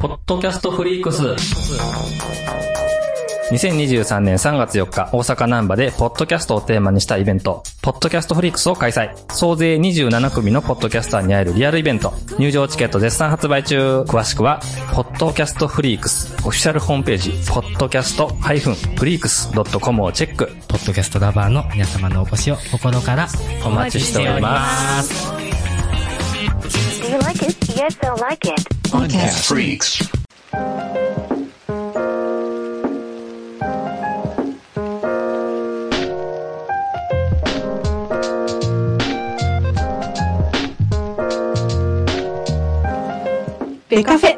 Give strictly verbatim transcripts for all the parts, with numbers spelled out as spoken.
ポッドキャストフリークス。にせんにじゅうさんねんさんがつよっか、大阪難波でポッドキャストをテーマにしたイベント、ポッドキャストフリークスを開催。総勢にじゅうななくみのポッドキャスターに会えるリアルイベント。入場チケット絶賛発売中。詳しくは、ポッドキャストフリークスオフィシャルホームページ、ポッドキャスト フリークスドットコム をチェック。 ポッドキャストラバーの皆様のお越しを心からお待ちしております。 Do you like it? Yes, I like it. Podcast Freaks. ベカフェ。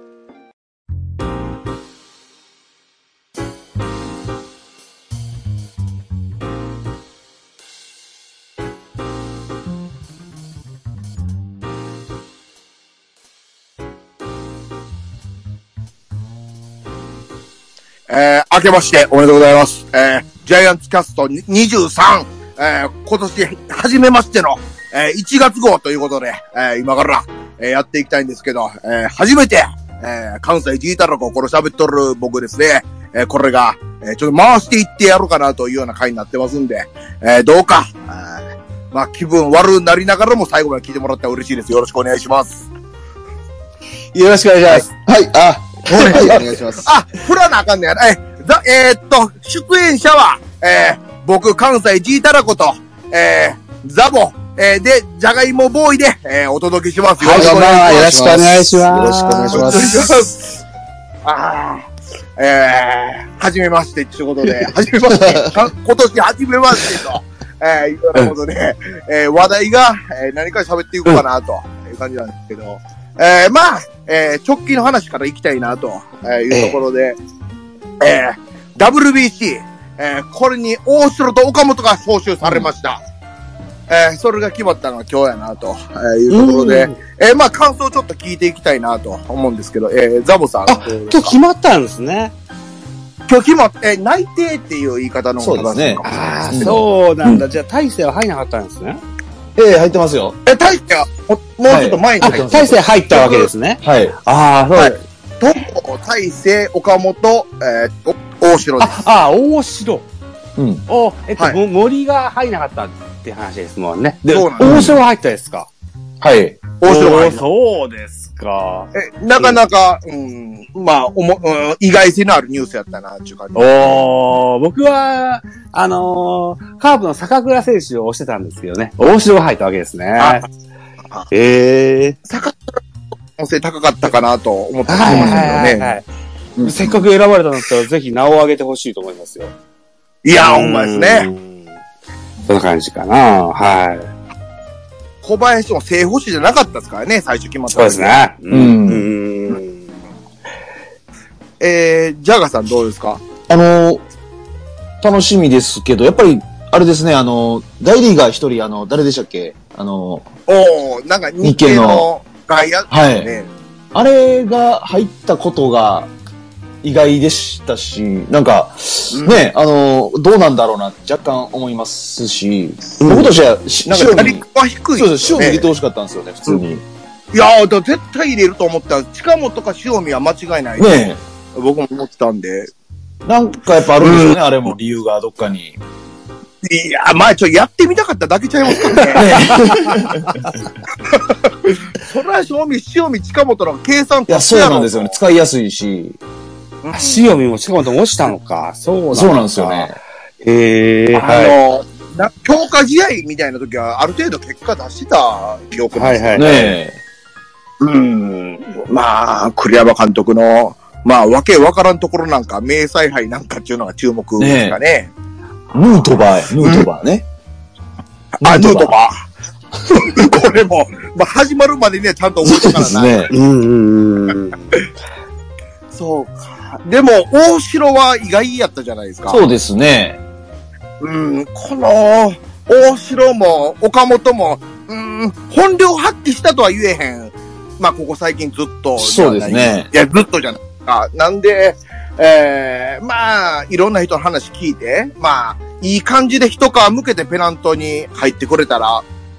えー、明けましておめでとうございます。えー、ジャイアンツキャストにじゅうさん、えー、今年初めましての、えー、いちがつ号ということで、えー、今から、えー、やっていきたいんですけど、えー、初めて、えー、関西ジータラコをこれ喋っとる僕ですね、えー、これが、えー、ちょっと回していってやろうかなというような回になってますんで、えー、どうか、えー、まあ、気分悪くなりながらも最後まで聞いてもらったら嬉しいです。よろしくお願いします。 よろしくお願いします。はい、はい、あ、はい、お願いします。 あ、振らなあかんねやな。え、ざ、えー、っと、出演者は、えー、僕、関西ジータラコと、えー、ザボ、えー、で、ジャガイモボーイで、えー、お届けします。 よろしくお願いします。よろしくお願いします。よろしくお願いします。 あー、えー、はじめましてってことで、はじめまして、今年はじめましてと、えー、いうようなことで、えー、話題が、えー、何か喋っていこうかなという感じなんですけど、えー、まあ、えー、直近の話から行きたいなというところで、えーえー、ダブリュービーシー、えー、これに大城と岡本が招集されました。うん、えー、それが決まったのは今日やなというところで、うん、えー、まあ感想をちょっと聞いていきたいなと思うんですけど、えー、ザボさん。 あ、今日決まったんですね。 今日決まって、えー、内定っていう言い方の方が正しいかもしれない。 そうですね。ああ、そうなんだ。うん、じゃあ大勢は入らなかったんですね。 ええ、入ってますよ。 え、大勢はもうちょっと前に入ってます。 大勢入ったわけですね。 はい。 ああ、そうです。 と、大勢、岡本、えー、大城です。 ああ、大城。 うん。 お、えっと、はい、森が入らなかったって話ですもんね。で、 そうなん大城が入ったですか。 はい。 大城が入った。 そうですか。 え、なかなか、うん、まあ、おも、うん、意外性のあるニュースやったな、っていう感じ。 おー、僕は、あのー、カープの坂倉選手を推してたんですけどね。大城が入ったわけですね。ええー。 坂倉の性高かったかなと思ってましたけどね。はいはいはいうん、せっかく選ばれたんだったら、ぜひ名を上げてほしいと思いますよ。 いやー、ほんまですね。 そんな感じかな。はい。 小林も正捕手じゃなかったですからね、最初決まった。 そうですね。 うん。うん、 えー、ジャガさんどうですか？ あのー、楽しみですけど、やっぱり、あれですね、あの、大リーガー一人、あの、誰でしたっけ？あの、 おー、なんか日系の外野、ね、 はい。あれが入ったことが意外でしたし、なんか、うん、ね、あの、どうなんだろうな、若干思いますし、うん、僕としては、 なんか打率は低い、ね。 そうです、塩見入れてほしかったんですよね、普通に。うん、 いやー、絶対入れると思ったら、近本か塩見は間違いない。 ね僕も思ってたんで。 なんかやっぱあるんでしょうね、うん、あれも理由がどっかに。 いや、まあちょっとやってみたかっただけちゃいますからね。それは塩見、塩見、近本の計算いや、そうなんですよね。使いやすいし。 うん、塩見も近本も落ちたのか。そうそうなんですよね。 へえ。 あの、はい、な強化試合みたいな時はある程度結果出した記憶なんですよね。はいはい、ねうん。まあ、栗山監督の、まあ、わけわからんところなんか、明采杯なんかっていうのが注目ですかね。ねヌートバー、ヌートバーね。 あ、ヌートバー。これも、まあ、始まるまでね、ちゃんと覚えたからな。ね。うん。そうか。でも、大城は意外やったじゃないですか。 そうですね。 うん、この、大城も、岡本も、うん、本領発揮したとは言えへん。まあ、ここ最近ずっと。 そうですね。 いや、ずっとじゃないか。なんで、えー、まあ、いろんな人の話聞いて、まあ、いい感じで一皮向けてペナントに入ってくれたら、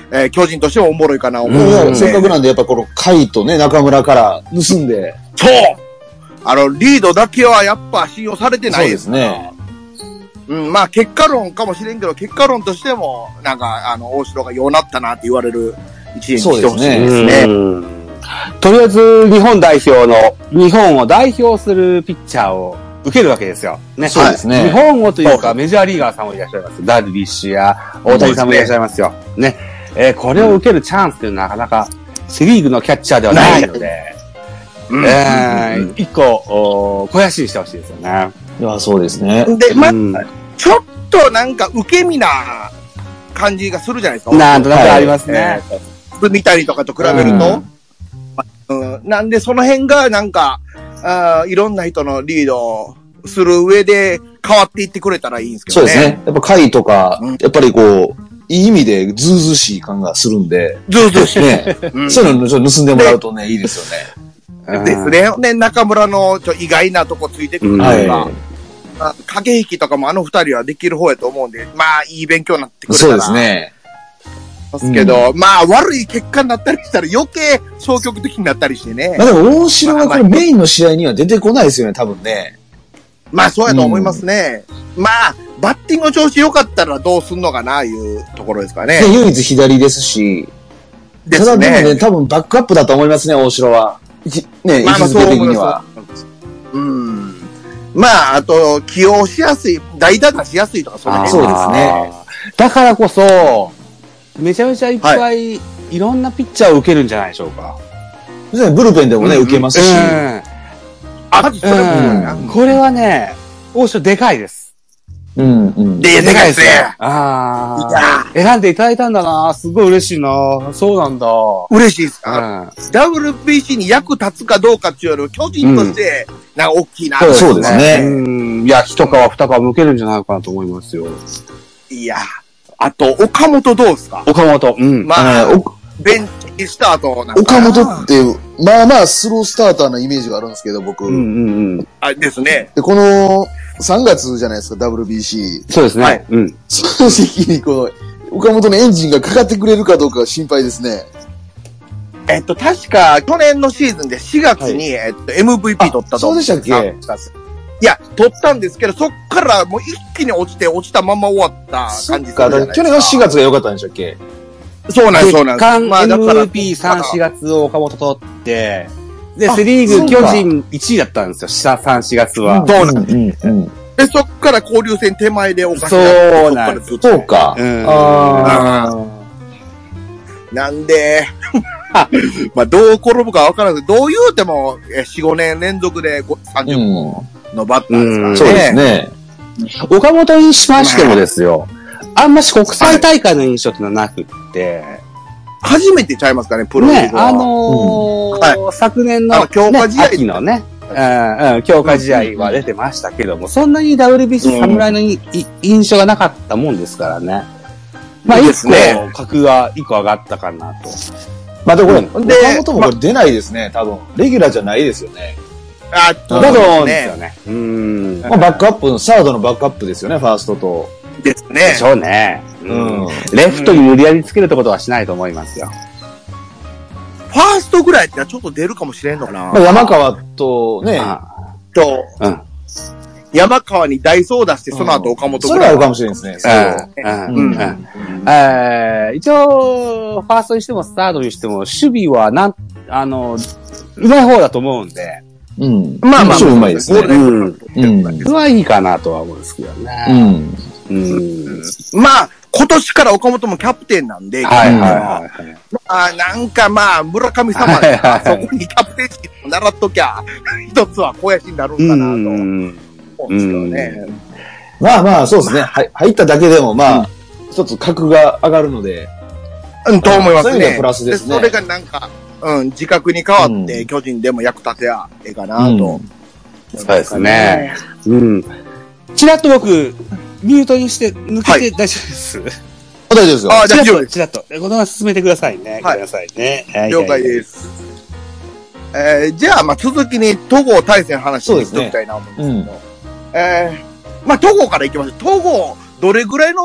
えー、巨人としてはおもろいかな思う、 うんね。 せっかくなんで、やっぱこの、甲斐とね、中村から盗んで。 そうあの、リードだけはやっぱ信用されてないですそうですね。 うん、まあ結果論かもしれんけど、結果論としても、なんか、あの、大城がようなったなって言われる一年にしてほしいですね。 うんとりあえず、日本代表の、日本を代表するピッチャーを受けるわけですよ。ね。 そうですね日本をというか、メジャーリーガーさんもいらっしゃいます。ダルビッシュや大谷さんもいらっしゃいますよ。ね。えーこれを受けるチャンスっていうのはなかなか、セリーグのキャッチャーではないので、 うんえー一個、お肥やしにしてほしいですよね。 いや、そうですね。 で、まあ、 うんちょっとなんか受け身な感じがするじゃないですか。 なんとなくありますね。 見たりとかと比べると。うん、なんでその辺がなんか、あいろんな人のリードをする上で変わっていってくれたらいいんですけどね。 そうですね。やっぱ甲斐とか、 うんやっぱりこう、いい意味でずうずうしい感がするんで、 ずうずうしい。 ね、 うんそういうのちょっと盗んでもらうとね、いいですよね。 ですね。ね、中村のちょ意外なとこついてくるとか、 はいまあ駆け引きとかもあの二人はできる方やと思うんで、まあいい勉強になってくれたら。 そうですね。 ますけど、まあ悪い結果になったりしたら余計消極的になったりしてねま。あでも、大城がこれメインの試合には出てこないですよね、多分ね。 まあそうやと思いますね。まあ、バッティングの調子良かったらどうすんのかな、いうところですかね。 で、唯一左ですし、たですね。 だでもね、多分バックアップだと思いますね、大城は。ひね、位まあまあ置づけ的には。 うん。まあ、あと、起用しやすい、代打出しやすいとか、その辺そうですねあー。だからこそ、めちゃめちゃいっぱい、い、ろんなピッチャーを受けるんじゃないでしょうか。 そうですねブルペンでもね、 うん受けますし。 うんあ、まずそれも、 うんこれはね、大城でかいです。 うん、うん。 で、でかいですね。 あいやあ。選んでいただいたんだな。すごい嬉しいな。そうなんだ。 嬉しいです。 うあん。 ダブリュービーシー に役立つかどうかっていうよりも、巨人として、なんか大きいな、 そうですねうん。いや、一皮二皮向けるんじゃないかなと思いますよ。 いや、あと、岡本どうですか？ 岡本。うん。 まあ、 あのベンチスタートなんか。 岡本って、まあまあスロースターターなイメージがあるんですけど、僕。 うんうんうん。 あ、ですね。 で、このさんがつじゃないですか、ダブリュービーシー。 そうですね。 はいうん。 その時期にこの、岡本のエンジンがかかってくれるかどうかが心配ですね。 えっと、確か、去年のシーズンでしがつに、えっと、エムブイピー 取ったと思そうでしたっけいや、取ったんですけど、そっからもう一気に落ちて、落ちたまま終わったそっ感じするじゃか、だないですか。 から去年はしがつが良かったんでしたっけそうなんです、そうなんです。 月間まあ、だからエムブイピーさん、しがつを岡本取って、で、 あセリーグそうか巨人いちいだったんですよ。さん、しがつは。 そうなんです。 うん、うん。 で、そっから交流戦手前でおかしそうなんですそうか。 うんあなんで、まあ、どう転ぶかわからず、どう言うても、えー、よん、ごねん連続でごさんじゅっこのバッターですからね。 そうですね。 岡本にしましてもですよ。あんまし国際大会の印象ってのはなくって。 初めてちゃいますかね、プロリーね、 グは。 あのー昨年の、 あの強化試合ね秋のね、うんうん、強化試合は出てましたけども、そんなに ダブリュービーシー 侍のいい印象がなかったもんですからね。まあ、 いいで一すね個、格が一個上がったかなと。 まあでもこれ、 うんで岡本もこれ出ないですね、多分。レギュラーじゃないですよね。 あ、 だと思うんでですよね。うん。 まあバックアップの、サードのバックアップですよね、ファーストと。 すね。ですねでし。ょうね。 ううんん。 レフトに無理やりつけるってことはしないと思いますよ。 ファーストぐらいってのはちょっと出るかもしれんのかな。 まあ山川とね、 あと、 うん。 山川にダイソーを出して、その後岡本それはあるかぐらいは。 もしれないですね。 うん。 うんうん。えー一応、ファーストにしてもサードにしても、守備はなん、あの、うまい方だと思うんで、 うん。 まあまあ、 そううまいですね。 うん。 うん。 はいいかなとは思うんですけどうね。 ん。 うん。 まあ、今年から岡本もキャプテンなんで、 はいはいまはい。 あ、なんかまあ、村上様はいはいはいがそこにキャプテンシーを習っときゃ、一つは肥やしになるんうかなと思ん。 うんですけどね。 まあまあ、そうですね。はい入っただけでも、まあ、一つ格が上がるので。 うん、と思いますね。 そういう意味ではプラスですねそれがなんか、うん、自覚に変わって、 うん巨人でも役立てやええかなと。 うんそうですね。うん。ちらっと僕、ミュートにして抜けて大丈夫です。 大丈夫ですよ。 あ、 ちらっと、 大丈夫です。 ちらっと。このまま進めてくださいね。 はいごめんなさいね。はい了解です。えー、じゃあ、まあ、続きに、戸郷対戦話していきたいなと思うんですけど。えー、まあ、戸郷から行きましょう。戸郷、どれぐらいの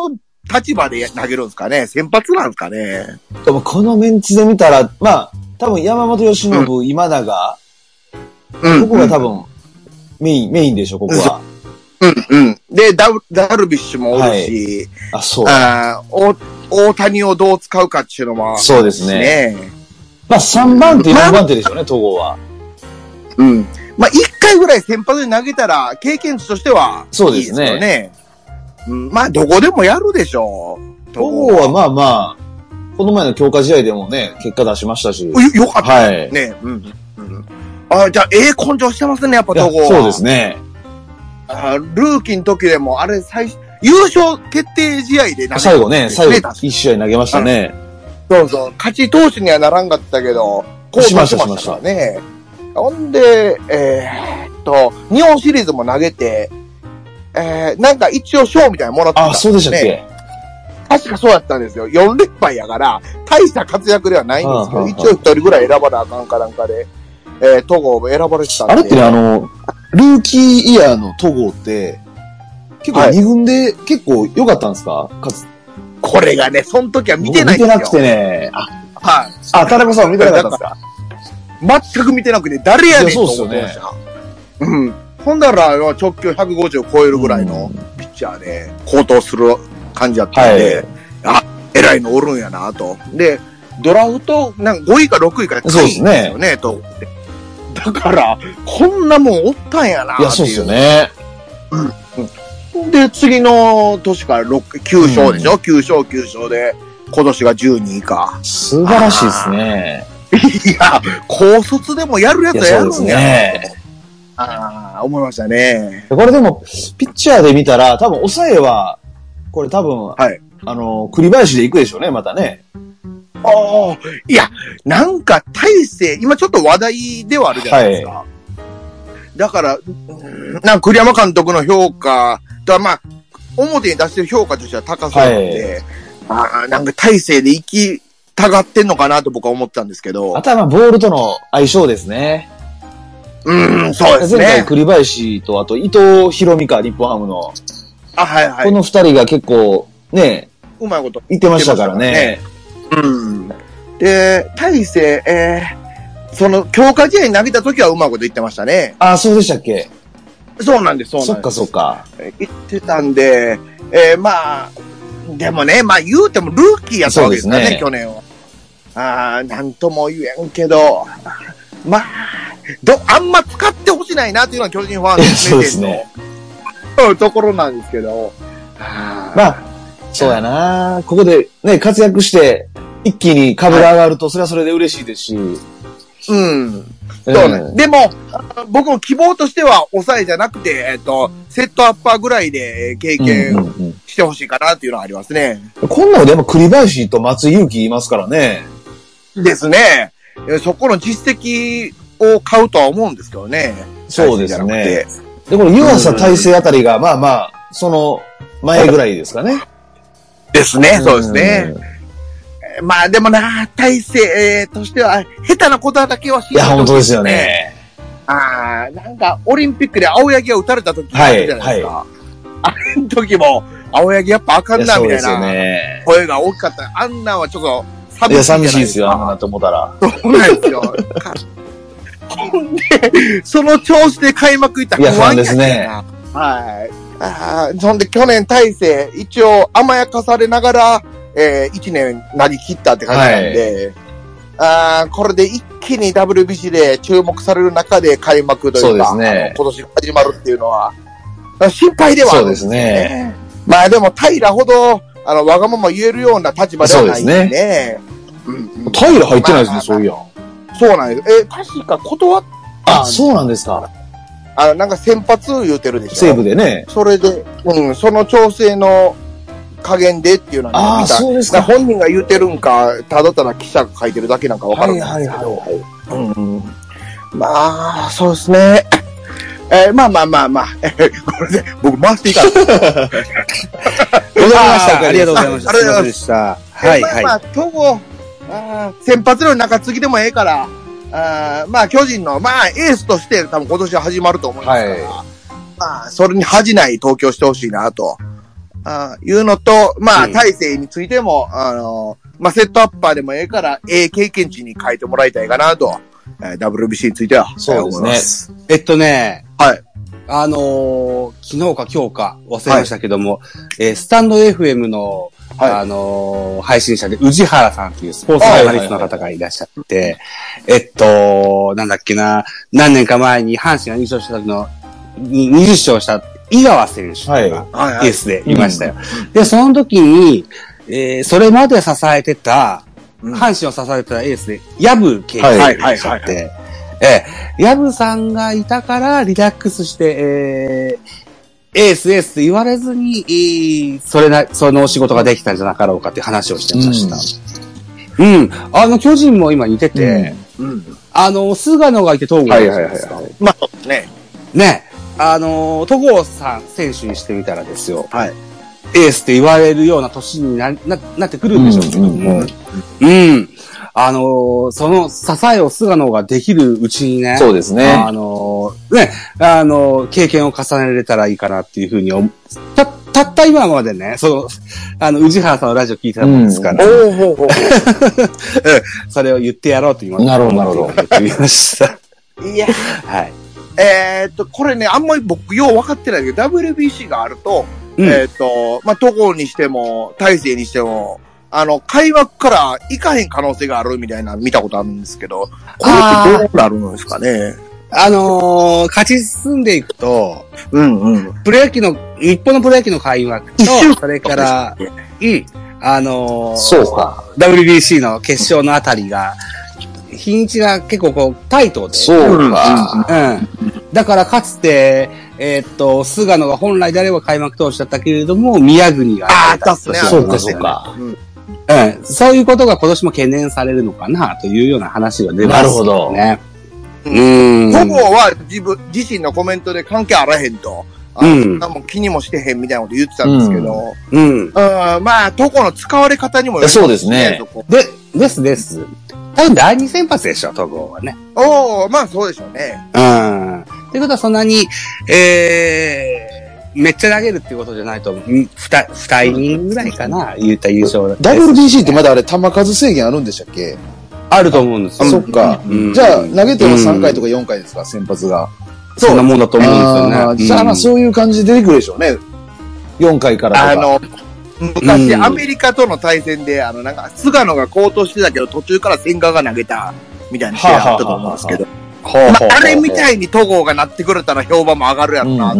立場で投げるんですかね？先発なんですかね？ でもこのメンツで見たら、まあ、多分山本由伸、うん、今永、うん、ここが多分メイン、メインでしょ、ここは。 うんうん。で、ダル、ダルビッシュもおるし、 はい、あ、そう。 あ大、大谷をどう使うかっていうのも、 ね、そうですね。まあさんばん手、よんばん手でしょうね、戸郷は。 うん。まあいっかいぐらい先発で投げたら、経験値としては、 そうですね。 いいですよね。うん、まあどこでもやるでしょう。 戸郷はまあまあ、この前の強化試合でもね、結果出しましたし。 よ、よかった。 はい。 ね、うん。うん、あ、じゃあ、ええ根性してますね、やっぱ戸郷は。 そうですね。 あルーキーの時でも、あれ、最初、優勝決定試合で投げた、ね。 最後ね、最後一試合投げましたね。 そうそう。勝ち投手にはならんかったけど、こうしましたしましたね。ほんで、えー、っと、日本シリーズも投げて、えー、なんか一応賞みたいなのもらってた、ね。 あ、そうでしたっけ？ 確かそうだったんですよ。よん連敗やから、大した活躍ではないんですけど、一応一人ぐらい選ばなあかんかなんかで、えー、戸郷も選ばれてたんで。 あれってね、あの、ルーキーイヤーの戸郷って、結構に軍で結構良かったんですか？かつこれがね、その時は見てないんですよ。 見てなくてね。あ、 はい。 あ、田中さんは見てなかったんですか？ 全く見てなくて、誰やねんと思ってました。 そうですよね。 うん。ほんだら、直球ひゃくごじゅうを超えるぐらいのピッチャーで、高騰する感じだったんで、はい、あ、偉いのおるんやなと。で、ドラフト、なんかごいかろくいかで高いんですよね、と。だから、こんなもんおったんやなっていう。 いや、そうですよね。 うん。で、次の年からろく、きゅう勝でしょ、うん、きゅう勝きゅう勝で、今年がじゅうにいか。 素晴らしいですね。 いや、高卒でもやるやつはやるんや。そうですね。 ああ、思いましたね。 これでも、ピッチャーで見たら、多分抑えは、これ多分、はい。あの、栗林で行くでしょうね、またね。 ああ、いや、なんか大勢、今ちょっと話題ではあるじゃないですか。はい、だから、なんか栗山監督の評価とは、まあ、表に出してる評価としては高そうなんで、はい、あなんか大勢で行きたがってんのかなと僕は思ったんですけど。 あとはまあ、ボールとの相性ですね。 うん、そうですね。 前回栗林と、あと伊藤博美か、日本ハムの。 あ、はいはい。 この二人が結構、ね、 うまいこと言ってましたからね。 うん。で、大勢、えー、その、強化試合に投げた時はうまいこと言ってましたね。 あ、そうでしたっけ？ そうなんです、そうなんです。 そっかそっか。 言ってたんで、えー、まあ、でもね、まあ言うてもルーキーやったわけですからね、ね去年は。ああ、なんとも言えんけど、まあ、ど、あんま使ってほしないなっていうのは巨人ファンのそうですね。 ところなんですけど。 まあ、そうやな。ここでね、活躍して、一気に株が上がると、それはそれで嬉しいですし。 うん。そうね。でも、僕も希望としては、抑えじゃなくて、えっと、セットアッパーぐらいで経験してほしいかなっていうのはありますね。 うんうんうん、今度でも栗林と松井裕樹いますからね。 ですね。そこの実績を買うとは思うんですけどね。 そうですね。で、これ、湯浅大成あたりが、まあまあ、その前ぐらいですかね。 ですね、そうですね。まあでもな、大成としては、下手なことだけはしない、ね。いや、本当ですよね。 ああ、なんか、オリンピックで青柳が打たれた時があるじゃないですか。はいはい、あれの時も、青柳やっぱあかんな、みたいな声が大きかった。あんなんはちょっと寂しいじゃないですか。いや、 寂しいですよ、あんなと思ったら。 そうなんですよ。ほんで、その調子で開幕いったら不安やですね。はい。あそんで去年大勢、一応甘やかされながら、えー、一年なり切ったって感じなんで、はい、あこれで一気に ダブリュービーシー で注目される中で開幕というか、そうですね、今年始まるっていうのは、心配ではあるんですね。そうですね。まあでも平ほど、あの、わがまま言えるような立場ではないんでね。そうですね。 うんうん、平入ってないですね、まあ、そういや。 そうなんです。えー、確か断った。 あ、そうなんですか。 あの、なんか先発言うてるでしょ。 西部でね。 それで、うん、その調整の加減でっていうのは、ね、見た。 そうですか。 本人が言うてるんか、ただただ記者が書いてるだけなんかわからないんですけど。 はいはいはい、はい。うん。 まあ、そうですね。えー、まあまあまあまあ、えー、これで、僕回していいかな。ございました。ありがとうございました。ありがとうございました。はいはい。 まあまあ、東郷、あ先発の中継ぎでもええから、あまあ巨人の、まあエースとして多分今年は始まると思いますから、はい、まあそれに恥じない投球してほしいなとあいうのと、まあ、 うん、 大勢についても、あの、まあ、セットアッパーでもええから、ええ経験値に変えてもらいたいかなと、えー、ダブリュービーシー については、 そうですね。 思います。 えっとね、 はい。 あのー、昨日か今日か忘れましたけども、はい、えー、スタンド エフエム の、はい、あのー、配信者で宇治原さんというスポーツジャーナリストの方がいらっしゃって、えっと、なんだっけな、何年か前に阪神が優勝した時の、ににじゅっ勝した井川選手がエースでいましたよ。で、その時に、えー、それまで支えてた、阪神を支えてたエースで、ヤブ経験がいらっしゃって、えー、ヤブさんがいたからリラックスして、えー、エースエースと言われずに、えー、それな、そのお仕事ができたんじゃなかろうかっていう話をしてました。うん。うん。あの、巨人も今似てて、うんうん、あの、菅野がいて東郷じゃないですか。 まあ、ね。 ね。あの、戸郷さん選手にしてみたらですよ。 はい。 エースって言われるような年にな、な、なってくるんでしょうけども。うん。うんうん、あの、その支えを菅野ができるうちにね。 そうですね。 あの、ね、あの、経験を重ねれたらいいかなっていうふうに思た、たった今までね、その、あの、宇治原さんのラジオ聞いてたもんですから。うん、おほうほうそれを言ってやろうと今。 なるほど、なるほど。 言ってみました。 いや。はい。えー、っと、これね、あんまり僕よう分かってないけど、ダブリュービーシー があると、うん、えー、っと、まあ、戸郷にしても、大勢にしても、あの、開幕から行かへん可能性があるみたいな見たことあるんですけど、これってどうなるんですかね。 あのー、勝ち進んでいくと、 うんうん。 プロ野球の、日本のプロ野球の開幕と、それから、うん、あのー、 そうか。 ダブリュービーシー の決勝のあたりが、日にちが結構こう、タイトで。 そうか。 うん。だからかつて、えー、っと、菅野が本来であれば開幕投手だったけれども、宮国が。 ああ、だっすね。 そうか、そうか。 うん。うん。そういうことが今年も懸念されるのかな、というような話が出ます、ね。 なるほど。 ね。 うん。戸郷は自分、自身のコメントで関係あらへんと。うん。もう気にもしてへんみたいなこと言ってたんですけど。うん。うん、まあ、戸郷の使われ方にもよる、 ね。そうですね。 で、ですです。多分第二先発でしょ、戸郷はね。 おー、まあそうでしょうね。 うん。っていうことはそんなに、えー、めっちゃ投げるっていうことじゃないと思う。二、二イニングぐらいかな、言った優勝、ね。 ダブリュービーシー ってまだあれ球数制限あるんでしたっけ？ あると思うんですよ。 そっか。うん、じゃあ、投げてもさんかいとかよんかいですか、先発が。 そんなもんだと思うんですよね。 あじゃあ、まあそういう感じで出てくるでしょうね。よんかいからとか。 あの、昔、アメリカとの対戦で、あの、なんか、菅野が高騰してたけど、途中から千賀が投げた、みたいな試合あったと思うんですけど。まあ、あれみたいに戸郷がなってくれたら評判も上がるやろな。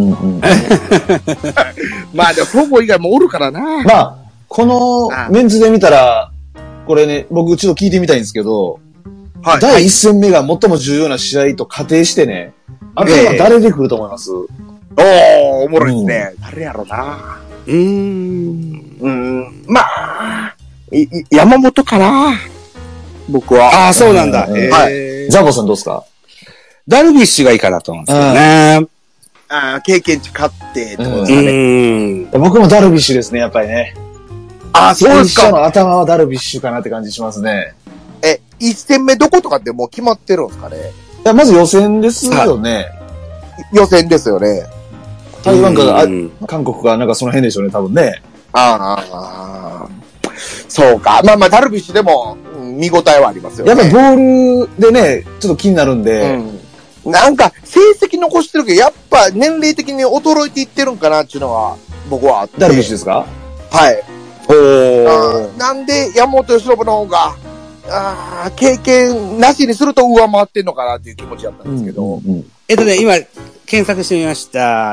まあ、でも戸郷以外もおるからな。 まあ、このメンツで見たら、これね、僕ちょっと聞いてみたいんですけど、はい、だいいっ戦目が最も重要な試合と仮定してね、あとは誰で来ると思います？ えー、おー、おもろいですね。うん、誰やろな。 うーん。 うーん。まあ、い、山本かな僕は。 ああ、そうなんだ。 えー、はい。ザボさんどうですか？ ダルビッシュがいいかなと思うんですよね。 ああ、経験値勝ってってことですかね。 うん。僕もダルビッシュですね、やっぱりね。 ああ、そうですか。 最初の頭はダルビッシュかなって感じしますね。 え、一戦目どことかってもう決まってるんですかね？ いや、まず予選ですよね。 予選ですよね。 台湾か、あ、韓国か、なんかその辺でしょうね、多分ね。 ああ、そうか。まあまあ、ダルビッシュでも、うん、見応えはありますよね。 やっぱりボールでね、ちょっと気になるんで。 うん、なんか、成績残してるけど、やっぱ年齢的に衰えていってるんかなっていうのは、僕はあって。 ダルビッシュですか？ はい。 おー。 なんで、山本由伸の方が、あ経験なしにすると上回ってんのかなっていう気持ちだったんですけど。うんうん、 えっとね、今、検索してみました。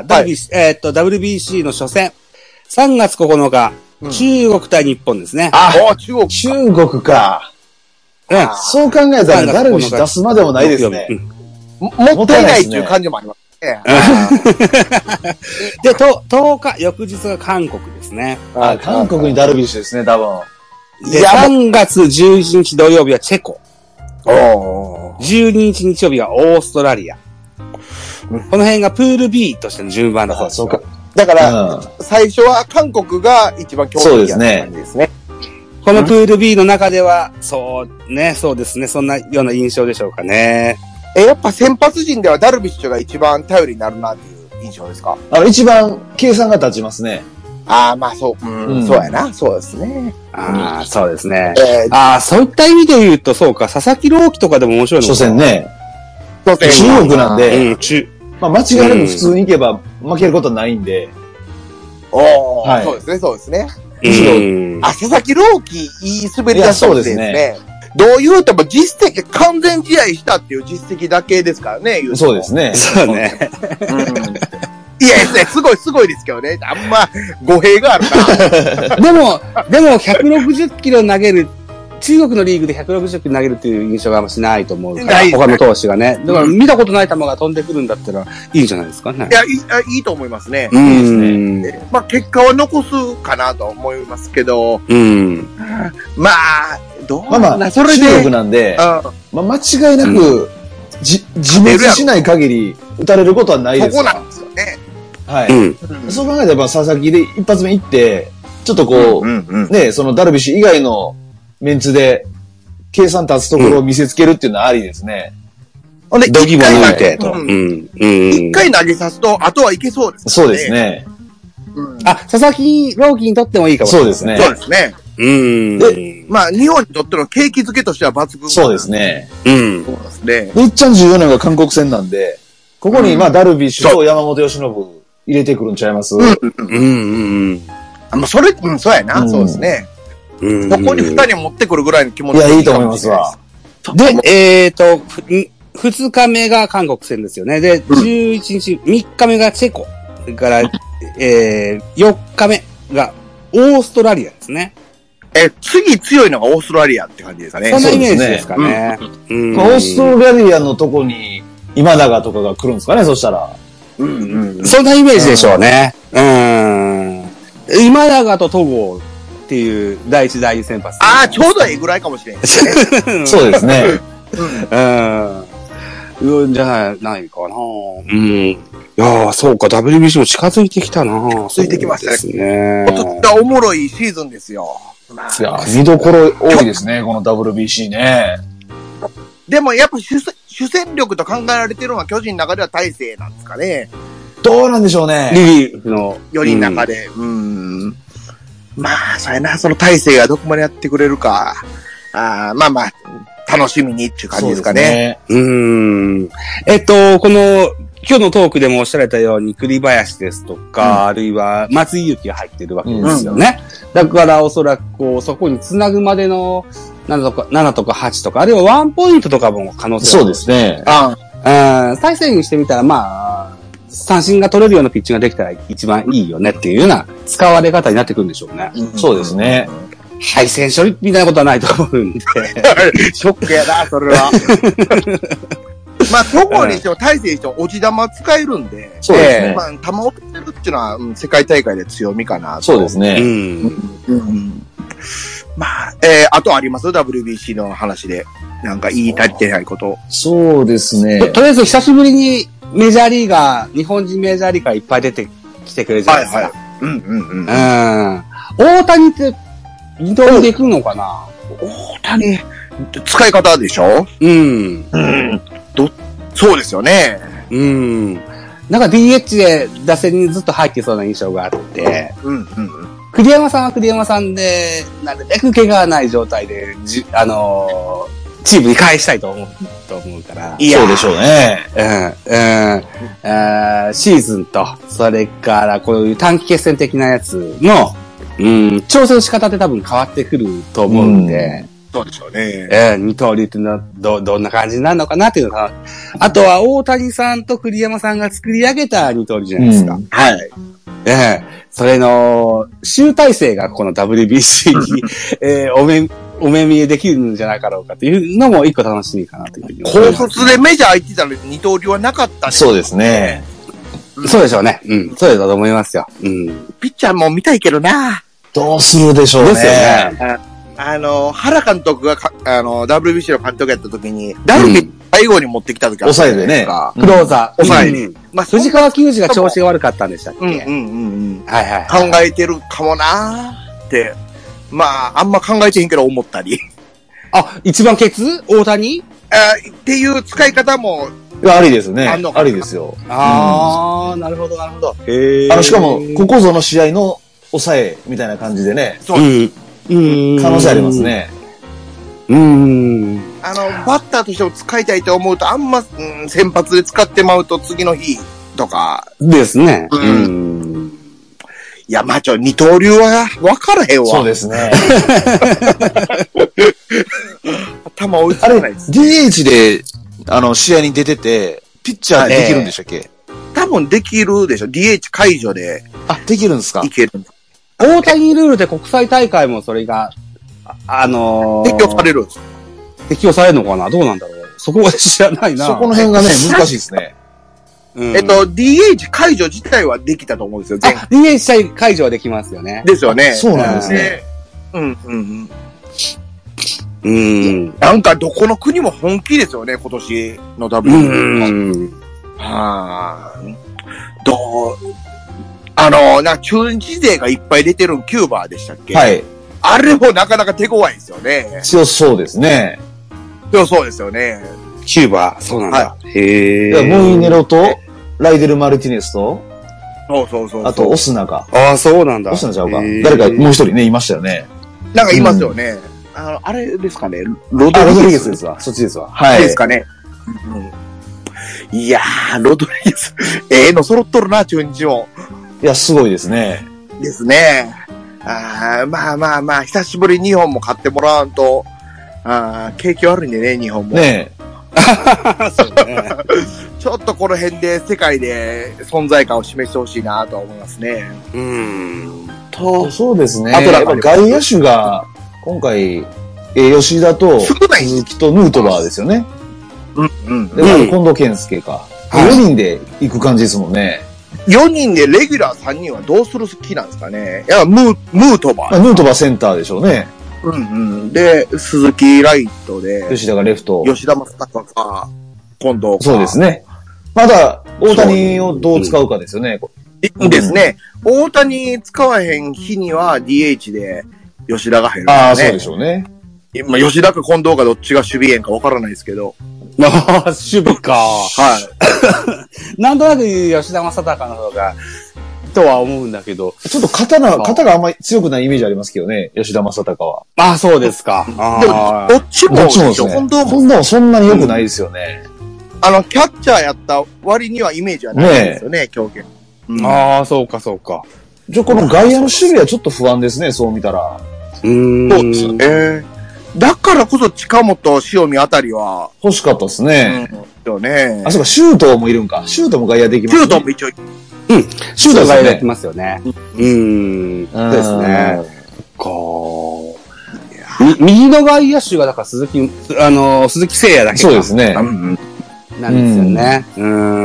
ダルビッシュ、はい、えー、っと、ダブリュービーシー の初戦。さんがつここのか、うん、中国対日本ですね。 あ、中国。中国か。うん。そう考えたらダルビッシュ出すまでもないですね。 うん、もったいないっていう感じもありますね。 で、と、とおか、翌日が韓国ですね。 あ、韓国にダルビッシュですね、多分。 で、さんがつじゅういちにち土曜日はチェコ。おじゅうににち日曜日はオーストラリア。うん、この辺がプール B としての順番だそうです。 そうか。だから、うん、最初は韓国が一番強力な感じですね。 このプール B の中では、そうね、そうですね。そんなような印象でしょうかね。 え、やっぱ先発陣ではダルビッシュが一番頼りになるなっていう印象ですか？ あの、一番計算が立ちますね。 ああ、まあそう、うん、うん、そうやな。そうですね。 ああ、そうですね。 えー、 ああ、そういった意味で言うと、そうか、佐々木朗希とかでも面白いのか。 初戦ね。 初戦中国なんで、 うん、中、 まあ間違いなく普通に行けば負けることはないんで。 おー、 はい、 そうですね、そうですね。 うん。 あ、佐々木朗希、いい滑り出したんですね。 そうですね。 どう言うても実績、完全試合したっていう実績だけですからね、言うてもそうですね。 そうね。 うんいや、すごい、すごいですけどね。あんま、語弊があるな。 でも、でも、ひゃくろくじゅっキロ投げる、中国のリーグでひゃくろくじゅっキロ投げるっていう印象があんましないと思うから、他の投手がね。だから、見たことない球が飛んでくるんだったら、いいんじゃないですかね。 いや、いい、いいと思いますね。 うん。 いいですね。まあ、結果は残すかなと思いますけど、 うん。 まあ、どうまあまあ、それで中国なんで、まあ、間違いなく、じ、自滅しない限り、打たれることはないです。 そこなんですよね。 はい。うん、そう考えたら、佐々木で一発目行って、ちょっとこう、うんうんうん、ね、そのダルビッシュ以外のメンツで、計算立つところを見せつけるっていうのはありですね。 ほ、うんで、 ドギも抜いて、と。 一回投げさすと、あとはいけそうですね。 そうですね。 うん、あ、佐々木朗希にとってもいいかもしれない。 そうですね。 そうですね。 うん。 で、まあ、日本にとっての景気づけとしては抜群。 そうですね。 うん。 そうですね。 で、いっちゃん重要なのが韓国戦なんで、ここに、まあ、ダルビッシュと山本由伸、入れてくるんちゃいます？うん。 うんうんうん。あ、まあ、それ、うん、そうやな。うん、そうですね。うん。ここに二人持ってくるぐらいの気持ちいや、いいと思いますわ。 で、えっと、二日目が韓国戦ですよね。で、うん、じゅういちにち、みっかめがチェコ。それから、えー、よっかめがオーストラリアですね。 え、次強いのがオーストラリアって感じですかね。 そんなイメージですかね。 うんうん、オーストラリアのとこに、今永とかが来るんですかね、そしたら。 うんうん、そんなイメージでしょうね。うん。今永と戸郷っていう第一第二先発。 ああ、ちょうどいいぐらいかもしれん、ね。 そうですね。 うん。うんじゃない、ないかな。うん。いやー、そうか、ダブリュービーシー も近づいてきたな。 近づいてきましたね。 そうですね。 今年はおもろいシーズンですよ。 いや、見どころ多いですね、この ダブリュービーシー ね。 でもやっぱ主主戦力と考えられてるのは巨人の中では大勢なんですかね。 どうなんでしょうね。 リリーフのよにんの中で。うん。うんまあ、そうやな、その大勢がどこまでやってくれるか。あまあまあ、楽しみにっていう感じですかね。 うですね。うん。えっと、この、今日のトークでもおっしゃられたように、栗林ですとか、うん、あるいは松井裕樹が入ってるわけですよね。うん、だからおそらくこう、そこに繋ぐまでのななとか、ななとかはちとか、あるいはワンポイントとかも可能性ある。そうですね。 ああ、大勢にしてみたら、まあ、三振が取れるようなピッチングができたら一番いいよねっていうような使われ方になってくるんでしょうね。 うん、そうですね。 配線処理みたいなことはないと思うんで。 ショックやな、それは。まあ、どこにしても、大勢にしても、落ち玉使えるんで。 そうですね。 まあ、球を落ちてるっていうのは、うん、世界大会で強みかなと。 そうですね。うん。 うん、まあ、えー、あとあります ?ダブリュービーシー の話で。なんか言い足りてないこと。 そうですね。 と, とりあえず久しぶりにメジャーリーガー、日本人メジャーリーガーいっぱい出てきてくれるじゃないですか。はいはい。うんうんうん。うん。大谷って二刀流できるのかな？ 大谷、使い方でしょ？うん。うん。ど、そうですよね。 うん。なんか ディーエイチ で打線にずっと入ってそうな印象があって。うんうんうん。栗山さんは栗山さんで、なるべく怪我がない状態で、じ、あのー、チームに返したいと思う、と思うから。 いやそうでしょうね。 うん、うん、シーズンと、それからこういう短期決戦的なやつの、うん、調整の仕方って多分変わってくると思うんで。 うん、そうでしょうね。 えー、二刀流っていうのはど、どんな感じになるのかなっていうのが、あとは大谷さんと栗山さんが作り上げた二刀流じゃないですか。うん、はい。ええー、それの、集大成がこの ダブリュービーシー に、えー、おめ、お目見えできるんじゃなかろうかというのも一個楽しみかなというふうに思います。 高卒でメジャー行ってたのに二刀流はなかったね。 そうですね。 そうでしょうね。うん。そうだと思いますよ。うん。 ピッチャーも見たいけどな。 どうするでしょうね。ですよね。あの、原監督がか、あの、ダブリュービーシー の監督やった時に、ダルビッ最後に持ってきた時あったじゃないですか。 抑えでね。クローザー。抑えで。 まあ、藤川球児が調子が悪かったんでしたっけ？ うんうんうんうん。 はいはい。 考えてるかもなーって。まあ、あんま考えてへんけど思ったり。 あ、一番ケツ大谷あっていう使い方も。 いや、ありですね。あありですよ。 ああ、うん、なるほどなるほど。 へえ。あの、しかも、ここぞの試合の抑えみたいな感じでね。 そうです。 うん。 可能性ありますね。 うん。 あの、バッターとしても使いたいと思うと、あんま、うん、先発で使ってまうと次の日とか。 ですね。 うん。うんいや、まあ、ちょ、二刀流は分からへんわ。 そうですね。 頭追いつかないです。 ディーエイチ で、あの、試合に出てて、ピッチャーできるんでしたっけ、えー、多分できるでしょ。ディーエイチ 解除で。 あ、できるんですかいけるんです。 大谷ルールで国際大会もそれが、あ、あのー、 適用されるんです。 適用されるのかなどうなんだろうそこは知らないな。 そこの辺がね、難しいですね。 うん、えっと、ディーエイチ 解除自体はできたと思うんですよ、 全 ディーエイチ 解除はできますよね。 ですよね。 そうなんですね。 うん、うん、 うん。うん。 なんかどこの国も本気ですよね、今年の ダブリュービーイー。うん。はぁ。どう、あの、な、中日勢がいっぱい出てるキューバーでしたっけ？ はい。 あれもなかなか手強いですよね。 強そうですね。 強そうですよね。 キューバー、そうなんだ。はい、へぇー。モイネロと、ライデル・マルティネスと、 そうそうそう。 あと、オスナか。 ああ、そうなんだ。 オスナちゃうか。誰かもう一人ね、いましたよね。 なんかいますよね。うん、あの、あれですかね。ロドリゲスですわ。そっちですわ。 はい。ですかね。うん、いやー、ロドリゲス。ええの揃っとるな、中日も。 いや、すごいですね。 ですね。あまあまあまあ、久しぶりに日本も買ってもらわんと、あ景気悪いんでね、日本も。 ねえ。 そうね、ちょっとこの辺で世界で存在感を示してほしいなと思いますね。 うん。 と、そうですね。あとやっぱ外野手が、今回、吉田と鈴木とヌートバーですよね。 うんうん。 で、うん、近藤健介か。はい、よにんで行く感じですもんね。 よにんでレギュラーさんにんはどうする気なんですかね。いや、ムー、ムートバー。 まあ、ヌートバーセンターでしょうね。 うんうん。で、鈴木ライトで。 吉田がレフト。 吉田正尚か、近藤か。 そうですね。まだ、大谷をどう使うかですよね。 いいですね。大谷使わへん日には ディーエイチ で吉田が入る、 ね。ああ、そうでしょうね。 まあ、吉田か近藤かどっちが守備縁かわからないですけど。 ああ、守備か。 はい。 なんとなく吉田正尚の方が、とは思うんだけど。 ちょっと肩が、肩があんまり強くないイメージありますけどね、吉田正尚は。 ああ、そうですか。 でも、どっちも、 どっちもですね。 近藤も。 近藤もそんなに良くないですよね、 うん。あの、キャッチャーやった割にはイメージはないですよね、強肩。 うん、ああ、そうか、そうか。 じゃ、この外野の守備はちょっと不安ですね、そう見たら。 うーん。 そうですね。えーだからこそ近本、塩見あたりは。 欲しかったですね。 うん。よね。 あ、そうか、シュートもいるんか。シュートも外野できますね。 シュートも一応。 うん。シュート外野できますよね。うん。そうですね。か右の外野手が、だから鈴木、あの、鈴木誠也だけそうですね。 うんなんですよね。うん。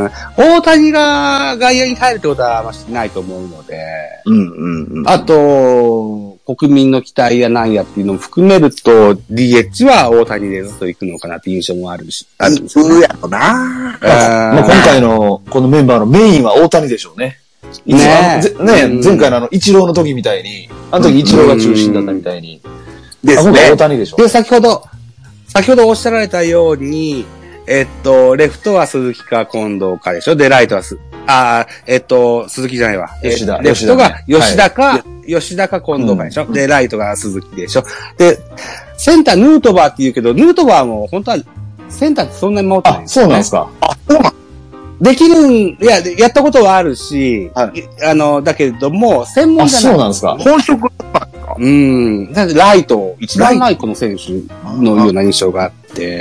大谷が外野に入るってことはましないと思うので。 うんうんうん。 あと、国民の期待やなんやっていうのも含めると、ディーエイチ は大谷でずっと行くのかなっていう印象もあるし。 あるそうやろな。まあ、今回のこのメンバーのメインは大谷でしょうね。ねえ。ね前回のあの、イチローの時みたいに、あの時イチローが中心だったみたいに。 ですね。 今回大谷でしょ。 で、先ほど、先ほどおっしゃられたように、えっと、レフトは鈴木か近藤かでしょ。で、ライトはす、あえっと、鈴木じゃないわ。 吉田。 レフトが吉田か、吉田か近藤かでしょ。で、ライトが鈴木でしょ。で、センターヌートバーって言うけど、ヌートバーも本当はセンターってそんなに守ってないんですよ、ね。 あ、そうなんですか。 あ、そうなんできるん、いや、やったことはあるし、はい、あの、だけれども、専門じゃない。 あ、そうなんですか。 本職うん。だってライト、一番ライトの選手のような印象があって。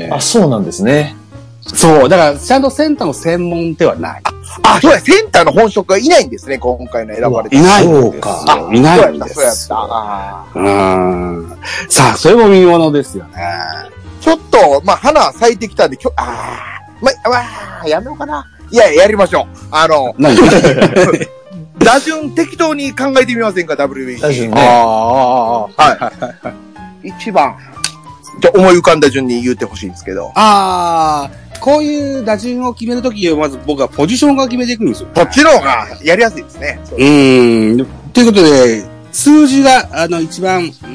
あ、そうなんですね。 そう。だから、ちゃんとセンターの専門ではない。 あ、そうや、センターの本職がいないんですね、今回の選ばれて。 いないんですよ。 あ、いないんです。 そうやった、そうやった。 うん。さあ、それも見ものですよね。 ちょっと、まあ、花咲いてきたんで、きょ、あー、まあ、わー、やめようかな。いや、やりましょう。あの、 何打順適当に考えてみませんか、ダブリュービーシー。 打順ね。 ああ、 はい。一番。じゃ思い浮かんだ順に言ってほしいんですけど。 ああ、こういう打順を決めるときは、まず僕はポジションが決めていくんですよ。 こっちの方がやりやすいですね。 うーん。ということで、数字が、あの、一番、うん、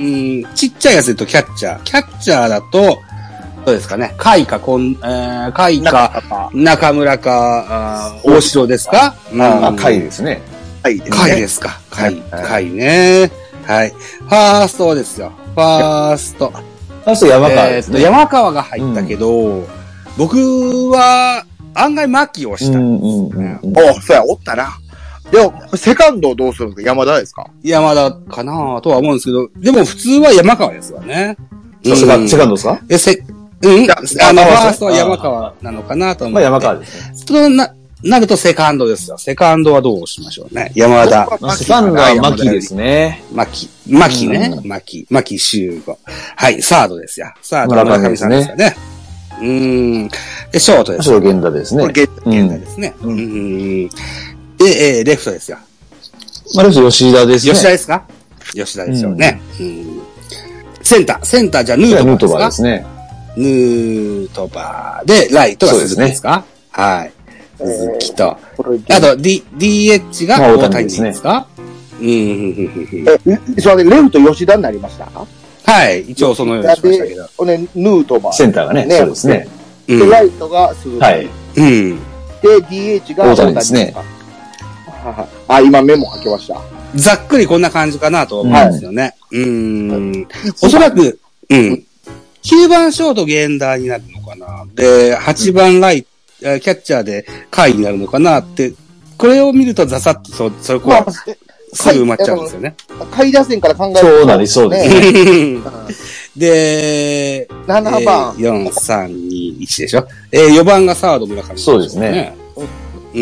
ちっちゃいやつで言うとキャッチャー。キャッチャーだと、どうですかね。甲斐か、こん、えー、甲斐か、中村か、あ大城ですか、 うん、あ、甲斐ですね。 甲回ですね。 回ですか。回、回ね。はい。ファーストですよ。ファースト。 ファースト山川ですね。 えー、山川が入ったけど、うん、僕は案外牧をしたんですね。 うんうんうん、おそうや、おったな。でも、セカンドどうするんですか？山田ですか？ 山田かなとは思うんですけど、でも普通は山川ですわね。 うん、セカンドですか？ え、せ、うん、あの、ファーストは山川なのかなと思って。 まあ山川ですね。 とな、なるとセカンドですよ。セカンドはどうしましょうね。山田。 セカンドは牧ですね。 牧。牧ね。牧。牧修吾。はい、サードですよ。サードは村上さんですよね。うーん。で、ショートです。 ショート源田ですね。 これ源田ですね。うん。うんで、えー、レフトですよ。 まあ、レフト吉田ですね。 吉田ですか？吉田でしょうね。うん。センター。センターじゃヌートバーですか？ヌートバーですね。ヌートバーで、ライトが鈴木ですか？はい。鈴木と。あと、D、ディーエイチ が大谷ですか？うん。 え、それでレフト吉田になりました？ はい。一応そのようにしましたけど。 ほんで、ヌートバー。 センターがね。そうですね。 で、ライトが鈴木。はい。うん。で、ディーエイチ が大谷ですね。 あ、今メモ書きました。 ざっくりこんな感じかなと思うんですよね。うん。おそらく、うん。きゅうばんショート源田になるのかな。で、はちばんライト、キャッチャーで下位になるのかなって、これを見るとザサッとそ、そこは、すぐ埋まっちゃうんですよね。 下位打線から考えると。 そうなりそうですね。 で、 ななばん。 よん、さん、に、いちでしょ。えー、よばんがサード村上、ね。 そうですね。 うん。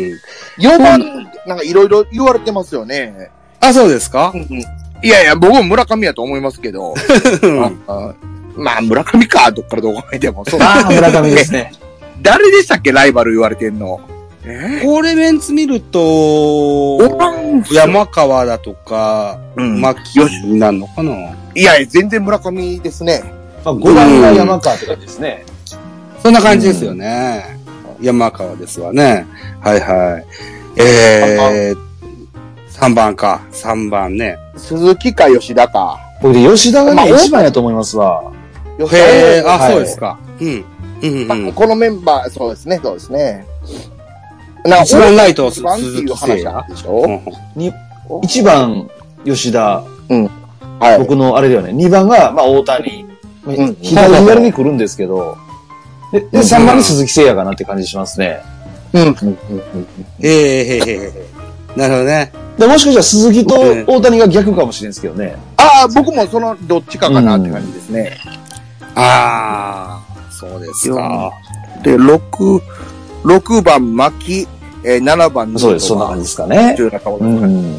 よばん、なんかいろいろ言われてますよね。 あ、そうですか？ うん、いやいや、僕も村上やと思いますけど。あまあ、村上か、どっからどう考えても。そうああ、村上ですね。 誰でしたっけ、ライバル言われてんの。 えー、これメンツ見ると、山川だとか、うん、牧吉になるのかな？ いやいや、全然村上ですね。 まあ、ごばんが山川って感じですね。 そんな感じですよね。うん、山川ですわね。はいはい。えー、さんばんか。さんばんね。 鈴木か吉田か。 これで吉田がね、まあ、いちばんやと思いますわ。 へー、あ、はい、そうですか。うん。うんうんうん、 このメンバー、そうですね、そうですね。 一番ライト、鈴木誠也でしょ？ いちばん、吉田。 うん。はい。 僕のあれではね、にばんが、まあ、大谷。うん、左、左に来るんですけど、で、でさんばんに鈴木誠也かなって感じしますね。 うん。うん。ええへへへ。なるほどね。 で、もしかしたら鈴木と大谷が逆かもしれんですけどね。 ああ、僕もそのどっちかかなって感じですね。 ああ、そうですか。 で、六、六番牧、えー、ななばんそうです、そんな感じですかね。 うん、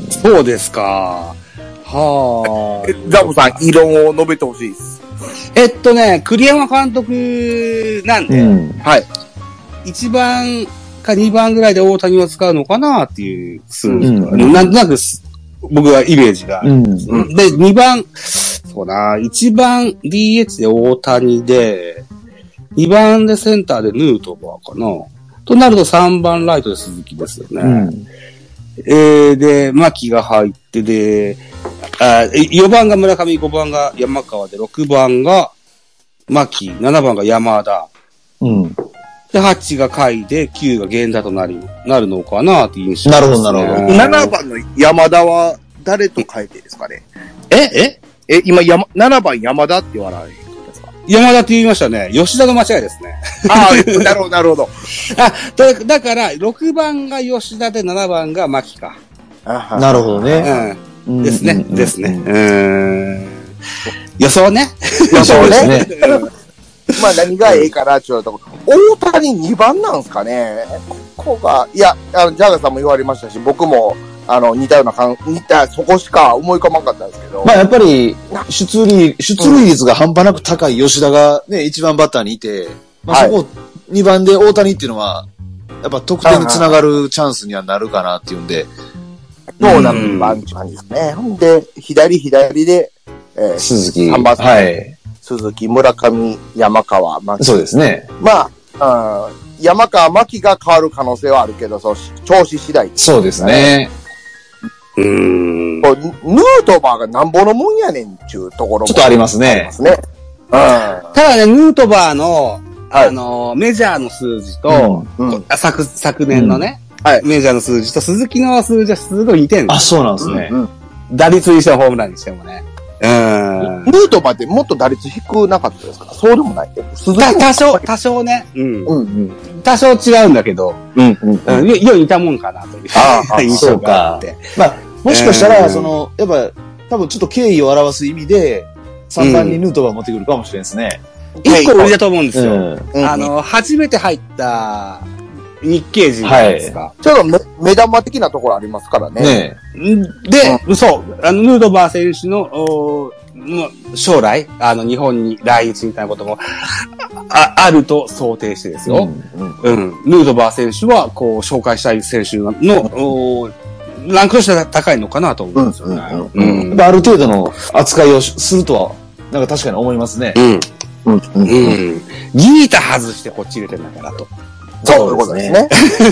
そうですか。はあ。 え、ザボさん、異論を述べてほしいです。 えっとね、栗山監督なんで、うん、はい。いちばんかにばんぐらいで大谷を使うのかなっていう数字が、うん、なんとなく僕はイメージがあるんです、うん。で、にばん、そうな、いちばん ディーエイチ で大谷で、にばんでセンターでヌートバーかな。となるとさんばんライトで鈴木ですよね。うん、えー、で、牧が入ってで、あよばんが村上、ごばんが山川で、ろくばんが牧、ななばんが山田。 うん、 で、はちが甲斐で、きゅうが源田となり、なるのかなっていう印象です、ね。なるほど、なるほど。 ななばんの山田は誰と書いてですかね？ えええ、今山、ななばん山田って言わないですか？ 山田って言いましたね。吉田の間違いですね。 ああ、なるほど、なるほど。 あ、だ、だから、ろくばんが吉田でななばんが牧か。 なるほどね。 うん。ですね、ですね。うーん。予想ね。 予想ですね。 まあ何がええかなって言われたこと。大谷にばんなんすかね。ここが、いや、あの、ジャガーさんも言われましたし、僕も、あの、似たような感、似た、そこしか思い浮かばなかったんですけど。 まあやっぱり、出塁、出塁率が半端なく高い吉田がね、いちばんバッターにいて、まあそこ、にばんで大谷っていうのは、やっぱ得点につながるチャンスにはなるかなっていうんで。 そうなんだ、って感じですね。ほんで、左左で、 えー、鈴木。 さんばんはい。 鈴木、村上、山川、牧。 そうですね。 まあ、うん、山川、牧が変わる可能性はあるけど、そう、調子次第、ね。 そうですね。 うーん。 ヌートバーがなんぼのもんやねんっていうところも。 ちょっとありますね。 ありますね。うん。 ただね、ヌートバーの、はい、あの、メジャーの数字と、 うんうん、 昨、昨年のね、 はいメジャーの数字と鈴木の数字はすごい似てんの。 あ、そうなんですね。 うん。 打率にしてもホームランにしてもね。うん。 ヌートバーってもっと打率低くなかったですか？そうでもない。鈴木た多少、多少ね。うん。 うんうん。 多少違うんだけど、 うんうん。 うん、よ、よい似たもんかなというああ印象があって。 まあ、もしかしたら、 うんその、やっぱ、多分ちょっと敬意を表す意味で、さんばんにヌートバー持ってくるかもしれないですね。 一個売りだと思うんですよ。 うん。 うんあの、初めて入った日系人じゃないですか。 ちょっと目目玉的なところありますからね。 ねで、そう、あの、ヌートバー選手の、おの将来、あの、日本に来日みたいなことも、あ、あると想定してですえ。 よ。うん。ヌートバー選手は、こう、紹介したい選手の、おランクとしては高いのかなと思うんですよね。 うんうんうんやっぱある程度の扱いをするとは、なんか確かに思いますね。 うん。 うんうん。 うん。ギータ外してこっち入れてんだからと。 そういうことですね。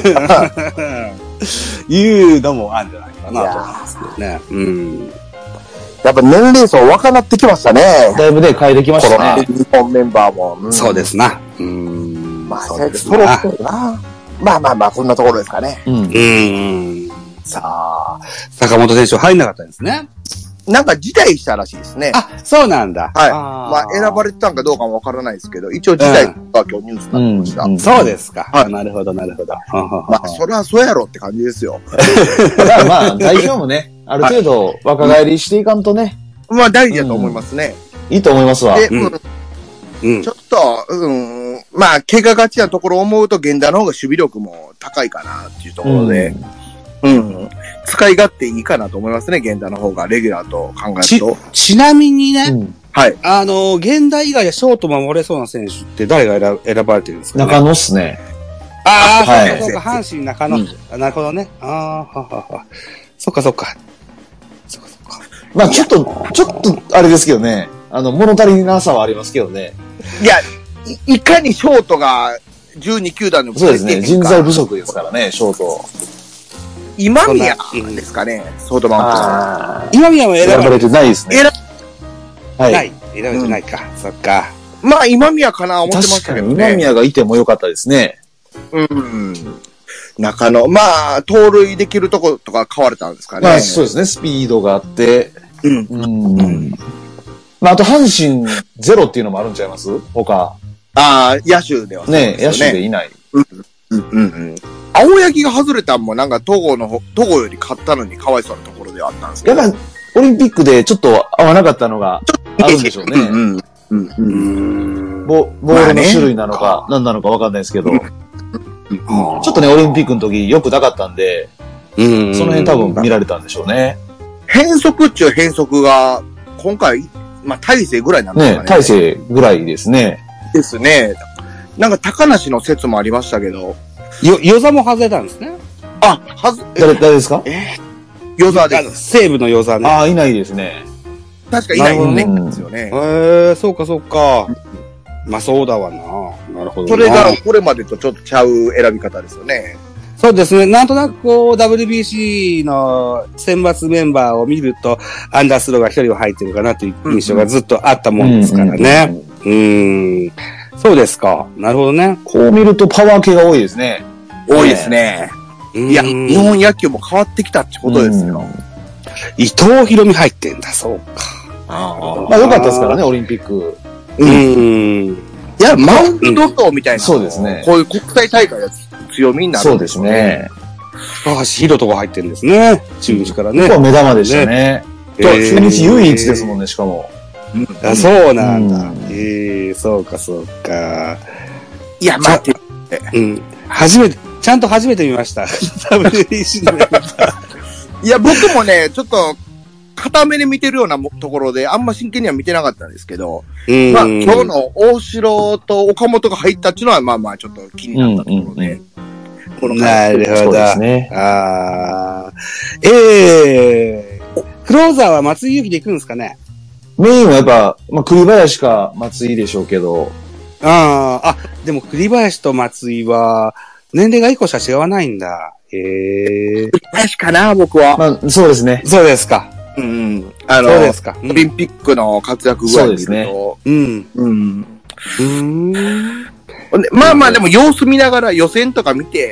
いうのもあるんじゃないかなと思うんですけどね。うん。 やっぱ年齢層若なってきましたね。 だいぶね、変えてきましたね。 日本メンバーも。んそうですな。うん。 まあ、 そそううですな。 そろそろな。まあまあまあ、こんなところですかね。 うん。 うん。さあ、坂本選手入んなかったんですね。 なんか辞退したらしいですね。 あ、そうなんだ。 はい。 あーまあ、選ばれてたんかどうかもわからないですけど、一応辞退が今日ニュースになってました。 うんうんそうですか。 はいなるほど、なるほど。 まあ、それはそうやろって感じですよ。 だからまあ、代表もね、ある程度若返りしていかんとね、 まあ、大事だと思いますね。 いいと思いますわ。 で、 うんうんうんちょっと、うん、まあ、怪我がちなところを思うと、源田の方が守備力も高いかなっていうところで、うん、使い勝手いいかなと思いますね、源田の方が、レギュラーと考えるちと。、 ちなみにね、 うんはい。 あの、現代以外でショート守れそうな選手って誰が選選ばれてるんですか、ね、 中野っすね。 ああ、 はいそうかそうか、阪神中野。あなるほどね。ああ、ははは。そっかそっか。そっかそっか。 まあちょっと、ちょっと、あれですけどね。あの、物足りなさはありますけどね。 いや、いいかにショートがじゅうに球団のそうですね。人材不足ですからね、ショート。 今宮ですかね、ソードバンああ。 今宮は選選ばればれててないですね。 選は。 ないい。選ばれてないか。そっか。 プ。まあ、今宮かな思ってまし確かにたけどね。 今宮がいてもよかったですね。 うん。中野。まあ、盗塁できるとことか変われたんですかね。 まあそうですね。スピードがあって。 うん。 うん。まああと阪神ゼロっていうのもあるんちゃいます他。 ああ、野手ではそうね、 ですよ野手でいない。 うんうんうん。青柳が外れたんもなんか東郷の方、東郷より勝ったのにかわいそうなところではあったんですけど。 やっぱオリンピックでちょっと合わなかったのがあるんでしょうね。 うんうん。うんうーん。 ボボールの種類なのか何なのかわかんないですけど、ちょっとね、オリンピックの時良くなかったんで、 うん。 その辺多分見られたんでしょうね。 変則っちゅう変則が、今回、まあ、大勢ぐらいなんですかね。 ね、大勢ぐらいですね。 ですね。なんか高梨の説もありましたけど、 よ、与座も外れたんですね。 あ、はず、え、 誰、誰ですかヨザあの、 です。 西武の与座ね。 ああ、いないですね。 確かいないね。 なるほどですよね。 へえ、そうかそうか。まあそうだわな。なるほどな。 それが、これまでとちょっとちゃう選び方ですよね。 そうですね。なんとなくこう、ダブリュービーシー の選抜メンバーを見ると、アンダースローが一人は入ってるかなという印象がずっとあったもんですからね。うーん。そうですか。なるほどね。 こう見るとパワー系が多いですね。 多いですね。いや、 うん日本野球も変わってきたってことですよ。 伊藤博美入ってんだ、そうか。 あまあ良かったですからね、オリンピック。 うーん。 いや、マウントドットみたいな。 そうですねこういう国際大会が強みになる。 そうですね。 高橋宏斗が入ってるんですね。中日からねここ。は目玉でしたね。とえー中日唯一ですもんね、しかも。 あ、そうなんだ。 うんええ、そうか、そうか。 いや、待って。 うん。初めて、ちゃんと初めて見ました。ダブリュービーシー のメンバー。 いや、僕もね、ちょっと、片目で見てるようなもところで、あんま真剣には見てなかったんですけど、 うんまあ、今日の大城と岡本が入ったっていうのは、まあまあ、ちょっと気になったところで、 うんうんこのなるほそうど。 ですね。 ああ。ええクローザーは松井裕樹で行くんですかね。 メインはやっぱ、まあ、栗林か松井でしょうけど、 ああ、あ、でも栗林と松井は、年齢が一個しか違わないんだ。へえ。 林かな、僕は。 まあ、そうですね。 そうですか。 うんうん。あの、 そうですか。 オリンピックの活躍具合を見ると、 そうですうん。 うん。 うーん。 ほんでまあまあ、でも様子見ながら予選とか見て、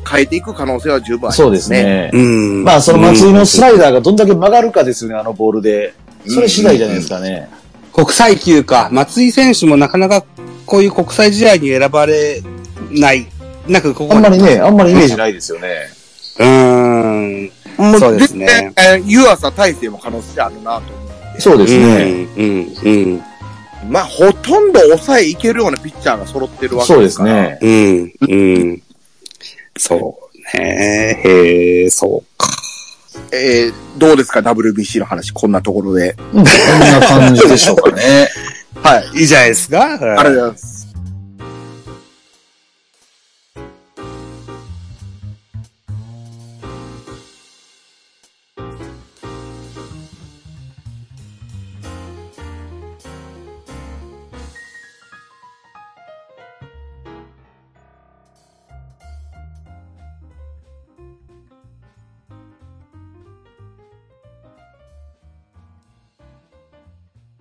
変えていく可能性は十分ありますね。 そうですね。 うん。 まあ、その松井のスライダーがどんだけ曲がるかですよね、あのボールで。それ次第じゃないですかね。 国際級か。松井選手もなかなかこういう国際試合に選ばれない。なんかここあんまりね、あんまりイメージないですよね。 うーん。 もうそうですね。 えー、湯浅大勢も可能性あるなと思って。 そうですね。 うん、うん、うん。 まあ、ほとんど抑えいけるようなピッチャーが揃ってるわけですから。 そうですね。 うん、うん。そうね。へえ、そうか。 えー、どうですか ダブリュービーシー の話、こんなところで。 うん、こんな感じでしょうかね。 はい。 いいじゃないですか。 ありがとうございます。